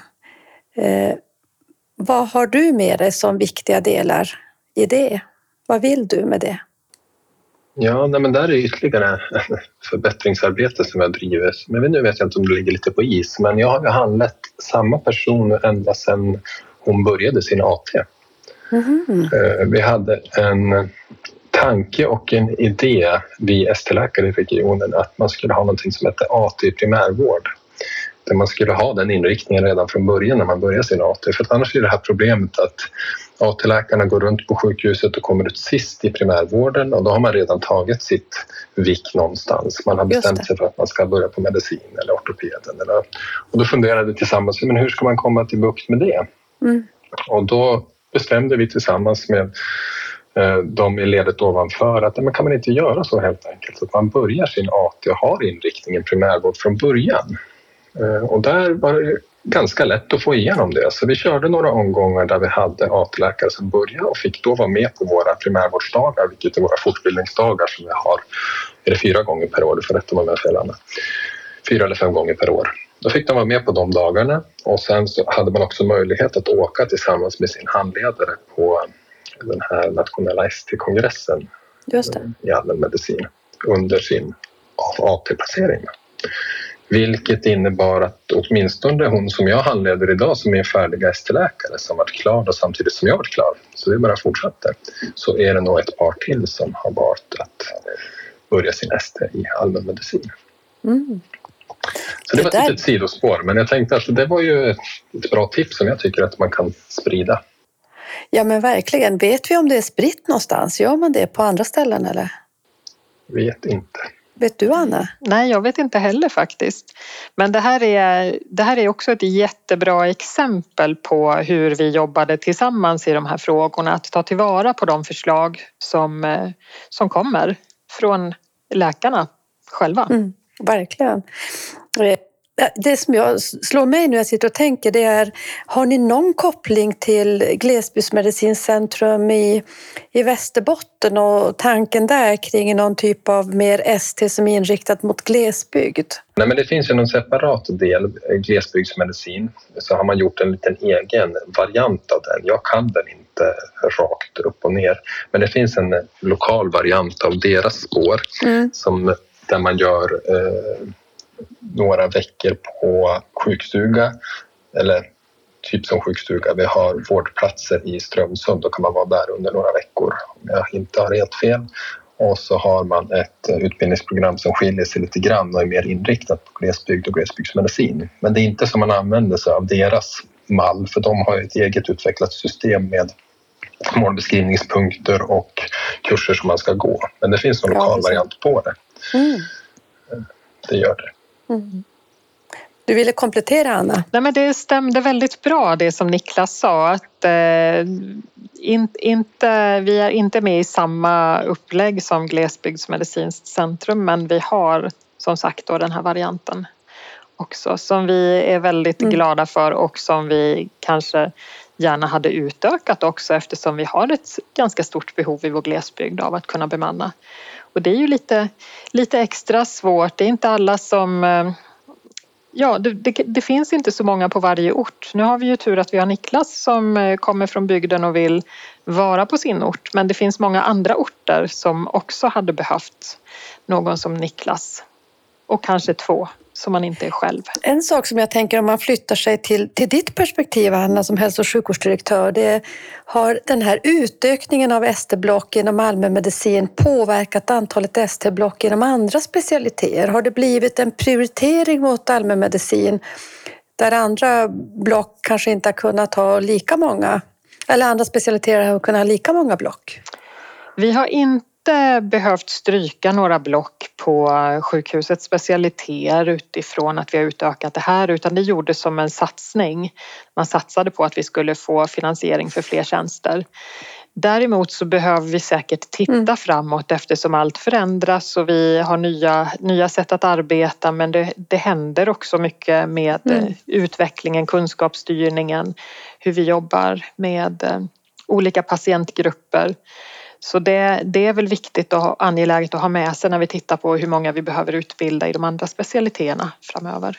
Vad har du med dig som viktiga delar i det? Vad vill du med det? Ja, men där är ytterligare förbättringsarbete som jag driver. Men nu vet jag inte om det ligger lite på is, men jag har handlat samma person ända sedan hon började sin AT. Vi hade en tanke och en idé, vi ST-läkare i regionen, att man skulle ha något som heter AT i primärvård. Där man skulle ha den inriktningen redan från början när man börjar sin AT. För att annars är det här problemet att AT-läkarna går runt på sjukhuset och kommer ut sist i primärvården och då har man redan tagit sitt vick någonstans. Man har bestämt sig för att man ska börja på medicin eller ortopeden. Och då funderade vi tillsammans, men hur ska man komma till bukt med det? Och då bestämde vi tillsammans med de i ledet ovanför att men kan man inte göra så helt enkelt så att man börjar sin AT och har inriktningen primärvård från början. Och där var det ganska lätt att få igenom det. Så vi körde några omgångar där vi hade AT-läkare som började och fick då vara med på våra primärvårdsdagar, vilket är våra fortbildningsdagar som vi har. Är det 4 gånger per år? Du får rätta mig med fel, Anna. 4 eller 5 gånger per år. Då fick de vara med på de dagarna och sen så hade man också möjlighet att åka tillsammans med sin handledare på den här nationella ST-kongressen i allmänmedicin under sin AT-placering. Vilket innebar att åtminstone hon som jag handleder idag som är färdiga ST-läkare som varit klar och samtidigt som jag varit klar, så det bara fortsatte, så är det nog ett par till som har valt att börja sin ST i allmänmedicin. Så det var ett litet sidospår, men jag tänkte att det var ju ett bra tips som jag tycker att man kan sprida. Ja men verkligen, vet vi om det är spritt någonstans? Gör man det på andra ställen eller? Vet inte. Vet du, Anna? Nej, jag vet inte heller faktiskt. Men det här är också ett jättebra exempel på hur vi jobbade tillsammans i de här frågorna. Att ta tillvara på de förslag som kommer från läkarna själva. Verkligen. Det som jag slår mig nu när jag sitter och tänker, det är, har ni någon koppling till Glesbygdsmedicinskt centrum i Västerbotten och tanken där kring någon typ av mer ST som är inriktat mot glesbygd? Nej, men det finns ju någon separat del, glesbygdsmedicin, så har man gjort en liten egen variant av den. Jag kan den inte rakt upp och ner, men det finns en lokal variant av deras spår där man gör några veckor på sjukstuga, eller typ som sjukstuga. Vi har vårdplatser i Strömsund, då kan man vara där under några veckor om jag inte har helt fel. Och så har man ett utbildningsprogram som skiljer sig lite grann och är mer inriktat på glesbygd och glesbygdsmedicin. Men det är inte som man använder sig av deras mall, för de har ett eget utvecklat system med målbeskrivningspunkter och kurser som man ska gå. Men det finns en lokal variant på det. Det gör det. Du ville komplettera, Anna? Nej, men det stämde väldigt bra det som Niklas sa, att vi är inte med i samma upplägg som Glesbygdsmedicinskt centrum, men vi har som sagt då den här varianten också som vi är väldigt glada för och som vi kanske gärna hade utökat också, eftersom vi har ett ganska stort behov i vår glesbygd av att kunna bemanna. Och det är ju lite extra svårt. Det är inte alla som... det finns inte så många på varje ort. Nu har vi ju tur att vi har Niklas som kommer från bygden och vill vara på sin ort. Men det finns många andra orter som också hade behövt någon som Niklas. Och kanske 2 som man inte är själv. En sak som jag tänker om man flyttar sig till ditt perspektiv, Anna, som hälso- och sjukvårdsdirektör, det har den här utökningen av ST-block inom allmänmedicin påverkat antalet ST-block inom andra specialiteter? Har det blivit en prioritering mot allmänmedicin där andra block kanske inte har kunnat ha lika många, eller andra specialiteter har kunnat ha lika många block? Vi har inte behövt stryka några block på sjukhusets specialiteter utifrån att vi har utökat det här, utan det gjordes som en satsning. Man satsade på att vi skulle få finansiering för fler tjänster. Däremot så behöver vi säkert titta framåt eftersom allt förändras och vi har nya sätt att arbeta, men det händer också mycket med utvecklingen, kunskapsstyrningen, hur vi jobbar med olika patientgrupper. Så det är väl viktigt och angeläget att ha med sig när vi tittar på hur många vi behöver utbilda i de andra specialiteterna framöver.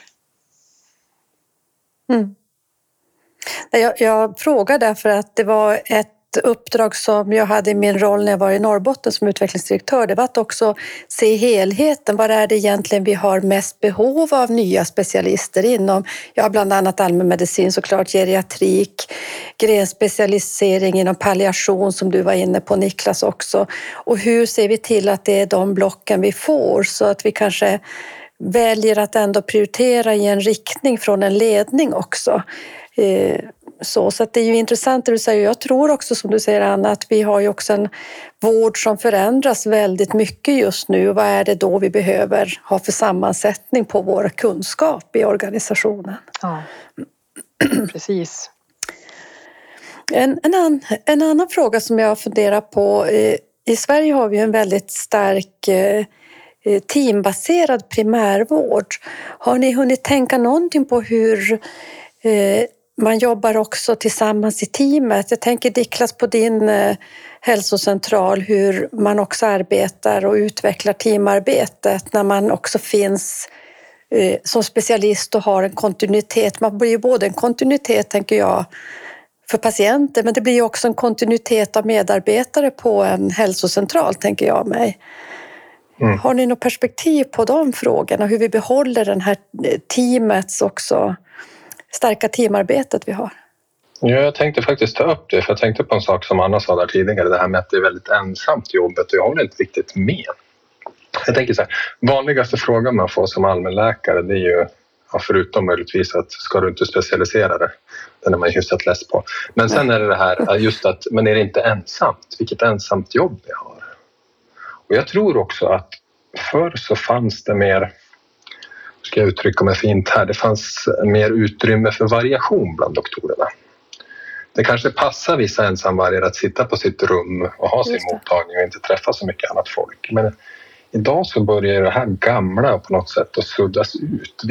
Jag frågar därför att det var ett uppdrag som jag hade i min roll när jag var i Norrbotten som utvecklingsdirektör. Det var att också se helheten. Vad är det egentligen vi har mest behov av nya specialister inom? Bland annat allmänmedicin, såklart geriatrik, grenspecialisering inom palliation som du var inne på, Niklas, också. Och hur ser vi till att det är de blocken vi får så att vi kanske väljer att ändå prioritera i en riktning från en ledning också. Så att det är ju intressant det du säger. Jag tror också, som du säger, Anna, att vi har ju också en vård som förändras väldigt mycket just nu. Vad är det då vi behöver ha för sammansättning på vår kunskap i organisationen? Ja, precis. En annan fråga som jag funderar på. I Sverige har vi en väldigt stark teambaserad primärvård. Har ni hunnit tänka någonting på hur man jobbar också tillsammans i teamet? Jag tänker, Niklas, på din hälsocentral, hur man också arbetar och utvecklar teamarbetet när man också finns som specialist och har en kontinuitet. Man blir ju både en kontinuitet, tänker jag, för patienter, men det blir ju också en kontinuitet av medarbetare på en hälsocentral, tänker jag mig. Har ni något perspektiv på de frågorna? Hur vi behåller den här teamets också starka teamarbetet vi har? Ja, jag tänkte faktiskt ta upp det, för jag tänkte på en sak som Anna sa där tidigare, det här med att det är väldigt ensamt jobbet och jag håller inte riktigt med. Jag tänker så här, vanligaste frågan man får som allmänläkare, det är ju, förutom möjligtvis att ska du inte specialisera det, den är man ju hyfsat less på. Men sen är det här just att, men är det inte ensamt? Vilket ensamt jobb jag har. Och jag tror också att förr så fanns det mer, ska jag uttrycka mig fint här, det fanns mer utrymme för variation bland doktorerna. Det kanske passar vissa ensamvargar att sitta på sitt rum och ha sin mottagning och inte träffa så mycket annat folk. Men idag så börjar det här gamla på något sätt att suddas ut.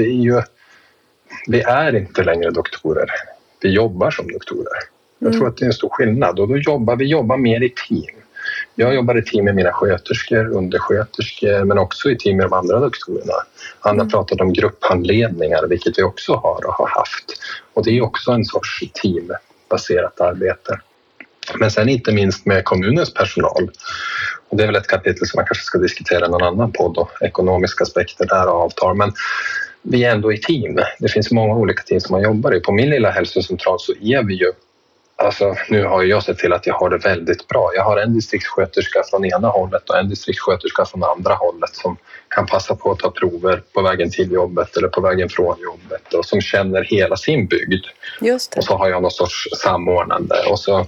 Vi är inte längre doktorer. Vi jobbar som doktorer. Jag tror att det är en stor skillnad och då vi jobbar mer i team. Jag jobbar i team med mina sköterskor, undersköterskor men också i team med de andra doktorerna. Anna pratade om grupphandledningar, vilket vi också har och har haft. Och det är också en sorts teambaserat arbete. Men sen inte minst med kommunens personal. Och det är väl ett kapitel som man kanske ska diskutera i någon annan podd och ekonomiska aspekter där och avtal. Men vi är ändå i team. Det finns många olika team som man jobbar i. På min lilla hälsocentral så är vi ju, alltså nu har jag sett till att jag har det väldigt bra. Jag har en distriktssköterska från ena hållet och en distriktssköterska från andra hållet som kan passa på att ta prover på vägen till jobbet eller på vägen från jobbet och som känner hela sin bygd. Just det. Och så har jag någon sorts samordnande och så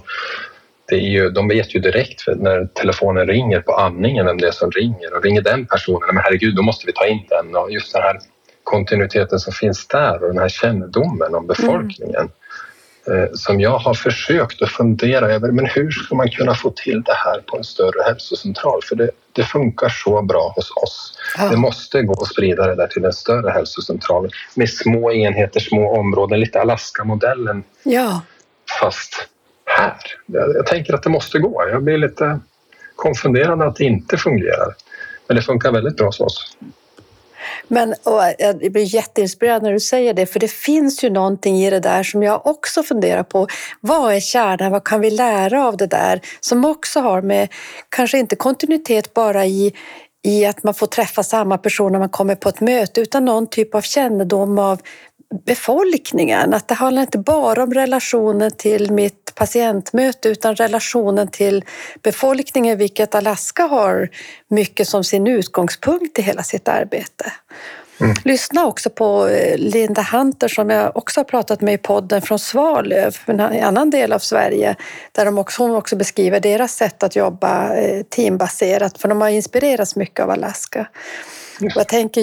de vet ju direkt när telefonen ringer på andningen vem det är som ringer och ringer den personen, men herregud då måste vi ta in den och just den här kontinuiteten som finns där och den här kännedomen om befolkningen som jag har försökt att fundera över, men hur ska man kunna få till det här på en större hälsocentral, för det funkar så bra hos oss. Det måste gå att sprida det där till en större hälsocentral med små enheter, små områden, lite Alaska-modellen fast här. Jag tänker att det måste gå. Jag blir lite konfunderad att det inte fungerar. Men det funkar väldigt bra hos oss. Men jag blir jätteinspirerad när du säger det, för det finns ju någonting i det där som jag också funderar på. Vad är kärnan? Vad kan vi lära av det där? Som också har med, kanske inte kontinuitet bara i att man får träffa samma person när man kommer på ett möte, utan någon typ av kännedom av befolkningen. Att det handlar inte bara om relationen till mitt patientmöte utan relationen till befolkningen, vilket Alaska har mycket som sin utgångspunkt i hela sitt arbete. Lyssna också på Linda Hunter som jag också har pratat med i podden från Svalöv, en annan del av Sverige, där hon också beskriver deras sätt att jobba teambaserat, för de har inspirerats mycket av Alaska. Och jag tänker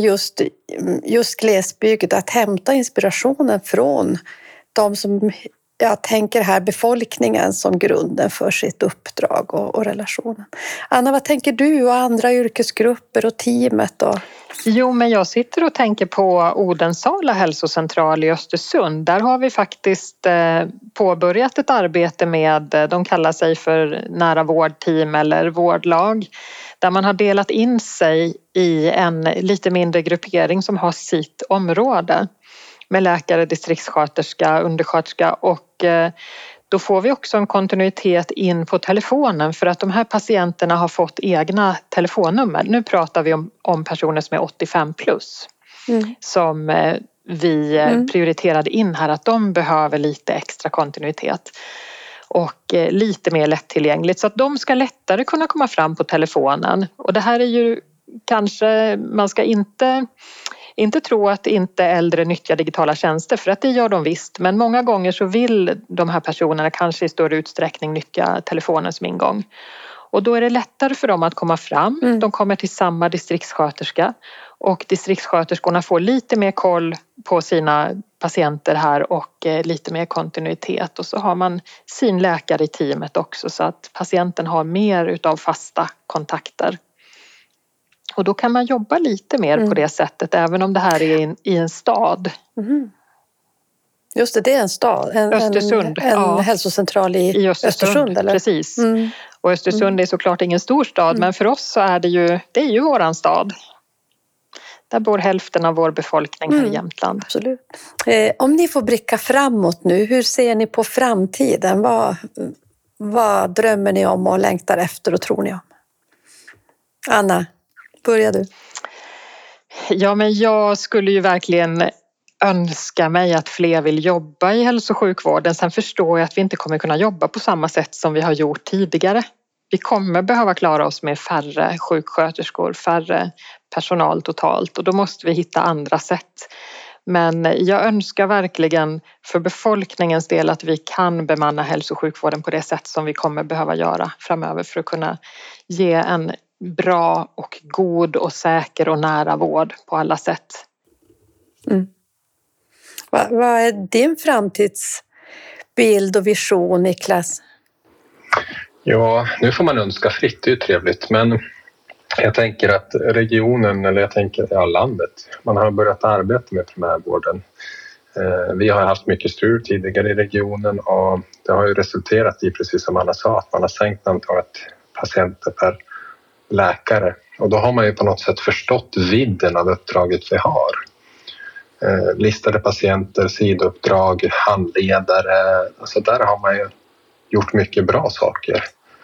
just glesbygd, att hämta inspirationen från de som, jag tänker här, befolkningen som grunden för sitt uppdrag och relationen. Anna, vad tänker du och andra yrkesgrupper och teamet? Jo, men jag sitter och tänker på Odensala hälsocentral i Östersund. Där har vi faktiskt påbörjat ett arbete med, de kallar sig för nära vårdteam eller vårdlag, där man har delat in sig i en lite mindre gruppering som har sitt område med läkare, distriktssköterska, undersköterska, och då får vi också en kontinuitet in på telefonen för att de här patienterna har fått egna telefonnummer. Nu pratar vi om personer som är 85 plus som vi prioriterade in här, att de behöver lite extra kontinuitet och lite mer lättillgängligt så att de ska lättare kunna komma fram på telefonen. Och det här är ju kanske, man ska inte tro att inte äldre nyttjar digitala tjänster, för att det gör de visst. Men många gånger så vill de här personerna kanske i större utsträckning nyttja telefonen som ingång. Och då är det lättare för dem att komma fram. De kommer till samma distriktssköterska och distriktssköterskorna får lite mer koll på sina patienter här och lite mer kontinuitet. Och så har man sin läkare i teamet också så att patienten har mer utav fasta kontakter. Och då kan man jobba lite mer på det sättet, även om det här är i en stad. Just det är en stad. Östersund. En hälsocentral i Östersund eller? Precis. Och Östersund är såklart ingen stor stad, men för oss så är det är ju våran stad. Där bor hälften av vår befolkning här i Jämtland. Absolut. Om ni får blicka framåt nu, hur ser ni på framtiden? Vad drömmer ni om och längtar efter och tror ni om? Anna, börjar du. Ja, men jag skulle ju verkligen önska mig att fler vill jobba i hälso- och sjukvården. Sen förstår jag att vi inte kommer kunna jobba på samma sätt som vi har gjort tidigare. Vi kommer behöva klara oss med färre sjuksköterskor, färre personal totalt, och då måste vi hitta andra sätt. Men jag önskar verkligen för befolkningens del att vi kan bemanna hälso- och sjukvården på det sätt som vi kommer behöva göra framöver för att kunna ge en bra och god och säker och nära vård på alla sätt. Mm. Vad är din framtidsbild och vision, Niklas? Ja, nu får man önska fritt, det är ju trevligt. Men jag tänker att regionen, eller jag tänker landet, man har börjat arbeta med primärvården. Vi har haft mycket strul tidigare i regionen och det har ju resulterat i, precis som alla sa, att man har sänkt antalet patienter per läkare. Och då har man ju på något sätt förstått vidden av uppdraget vi har. Listade patienter, sidouppdrag, handledare. Alltså där har man ju gjort mycket bra saker.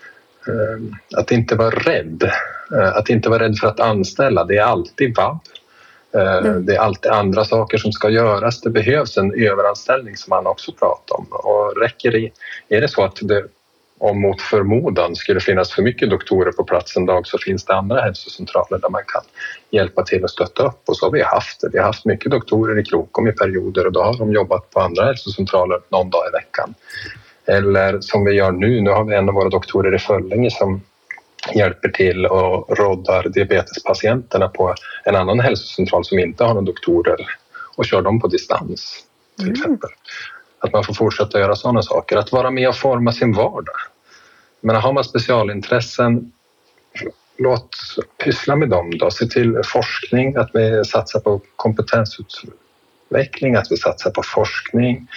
Att inte vara rädd. Att inte vara rädd för att anställa. Det är alltid vab. Det är alltid andra saker som ska göras. Det behövs en överanställning som man också pratar om. Och är det så att det om mot förmodan skulle finnas för mycket doktorer på plats en dag, så finns det andra hälsocentraler där man kan hjälpa till och stötta upp. Och så har vi haft det. Vi har haft mycket doktorer i Krokom i perioder och då har de jobbat på andra hälsocentraler någon dag i veckan. Eller som vi gör nu har vi en av våra doktorer i Föllinge som hjälper till och råddar diabetespatienterna på en annan hälsocentral som inte har några doktorer och kör dem på distans till exempel. Att man får fortsätta göra sådana saker. Att vara med och forma sin vardag. Men har man specialintressen, låt pyssla med dem då. Se till forskning, att vi satsar på kompetensutveckling, att vi satsar på forskning.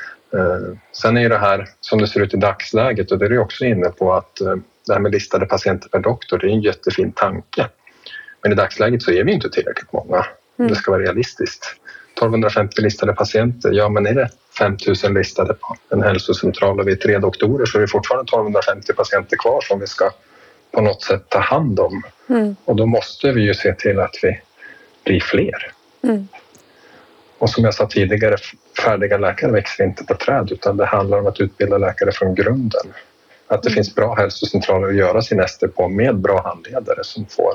Sen är det här som det ser ut i dagsläget, och det är du också inne på, att det här med listade patienter per doktor, det är en jättefin tanke. Men i dagsläget så är vi inte tillräckligt många. Det ska vara realistiskt. 1250 listade patienter, ja men är det 5000 listade på en hälsocentral och vi är 3 doktorer, så är det fortfarande 1250 patienter kvar som vi ska på något sätt ta hand om. Och då måste vi ju se till att vi blir fler. Och som jag sa tidigare, färdiga läkare växer inte på träd, utan det handlar om att utbilda läkare från grunden. Att det finns bra hälsocentraler att göra sin ST på med bra handledare som får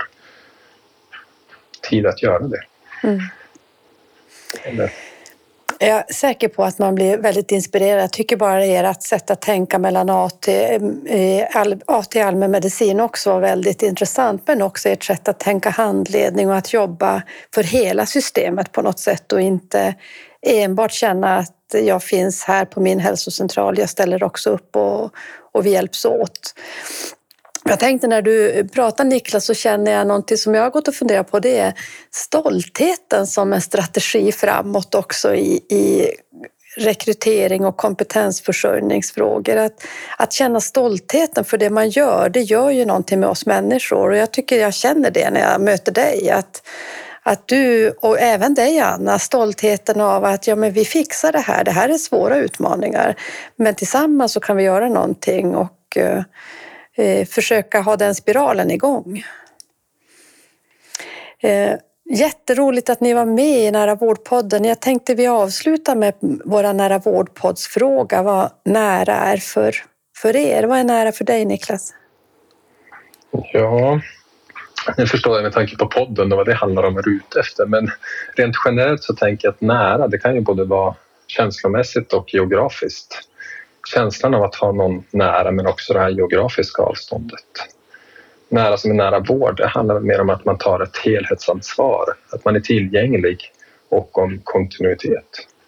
tid att göra det. Eller? Jag är säker på att man blir väldigt inspirerad. Jag tycker bara ert sätt att tänka mellan AT allmän medicin också var väldigt intressant, men också ert sätt att tänka handledning och att jobba för hela systemet på något sätt och inte enbart känna att jag finns här på min hälsocentral. Jag ställer också upp och vi hjälps åt. Jag tänkte när du pratar, Niklas, så känner jag någonting som jag har gått och funderat på. Det är stoltheten som en strategi framåt också i rekrytering och kompetensförsörjningsfrågor. Att känna stoltheten för det man gör, det gör ju någonting med oss människor. Och jag tycker jag känner det när jag möter dig. Att du, och även dig Anna, stoltheten av att men vi fixar det här. Det här är svåra utmaningar. Men tillsammans så kan vi göra någonting och försöka ha den spiralen igång. Jätteroligt att ni var med i Nära vårdpodden. Jag tänkte vi avslutar med våra Nära vårdpoddsfråga. Vad nära är för er? Vad är nära för dig, Niklas? Ja, nu förstår jag med tanke på podden och vad det handlar om är ute efter. Men rent generellt så tänker jag att nära, det kan ju både vara känslomässigt och geografiskt. Känslan av att ha någon nära, men också det här geografiska avståndet. Nära som är nära vård, det handlar mer om att man tar ett helhetsansvar. Att man är tillgänglig och om kontinuitet.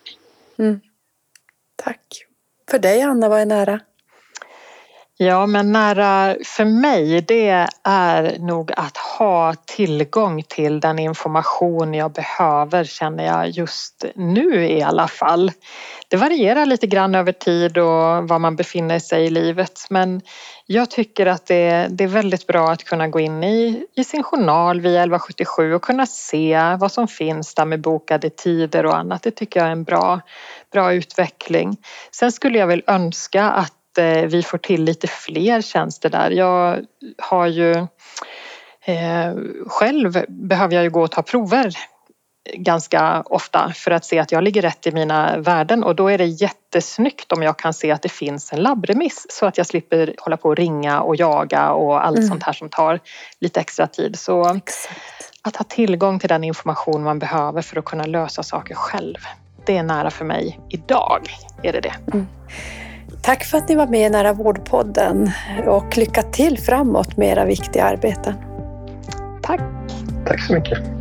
Tack. För dig, Anna, vad är nära? Ja, men nära för mig, det är nog att ha tillgång till den information jag behöver, känner jag just nu i alla fall. Det varierar lite grann över tid och var man befinner sig i livet, men jag tycker att det är väldigt bra att kunna gå in i sin journal via 1177 och kunna se vad som finns där med bokade tider och annat. Det tycker jag är en bra utveckling. Sen skulle jag väl önska att vi får till lite fler tjänster där. Jag har ju själv behöver jag ju gå och ta prover ganska ofta för att se att jag ligger rätt i mina värden, och då är det jättesnyggt om jag kan se att det finns en labbremiss så att jag slipper hålla på och ringa och jaga och allt sånt här som tar lite extra tid. Så att ha tillgång till den information man behöver för att kunna lösa saker själv, det är nära för mig idag, är det. Tack för att ni var med i Nära vårdpodden och lycka till framåt med era viktiga arbeten. Tack! Tack så mycket.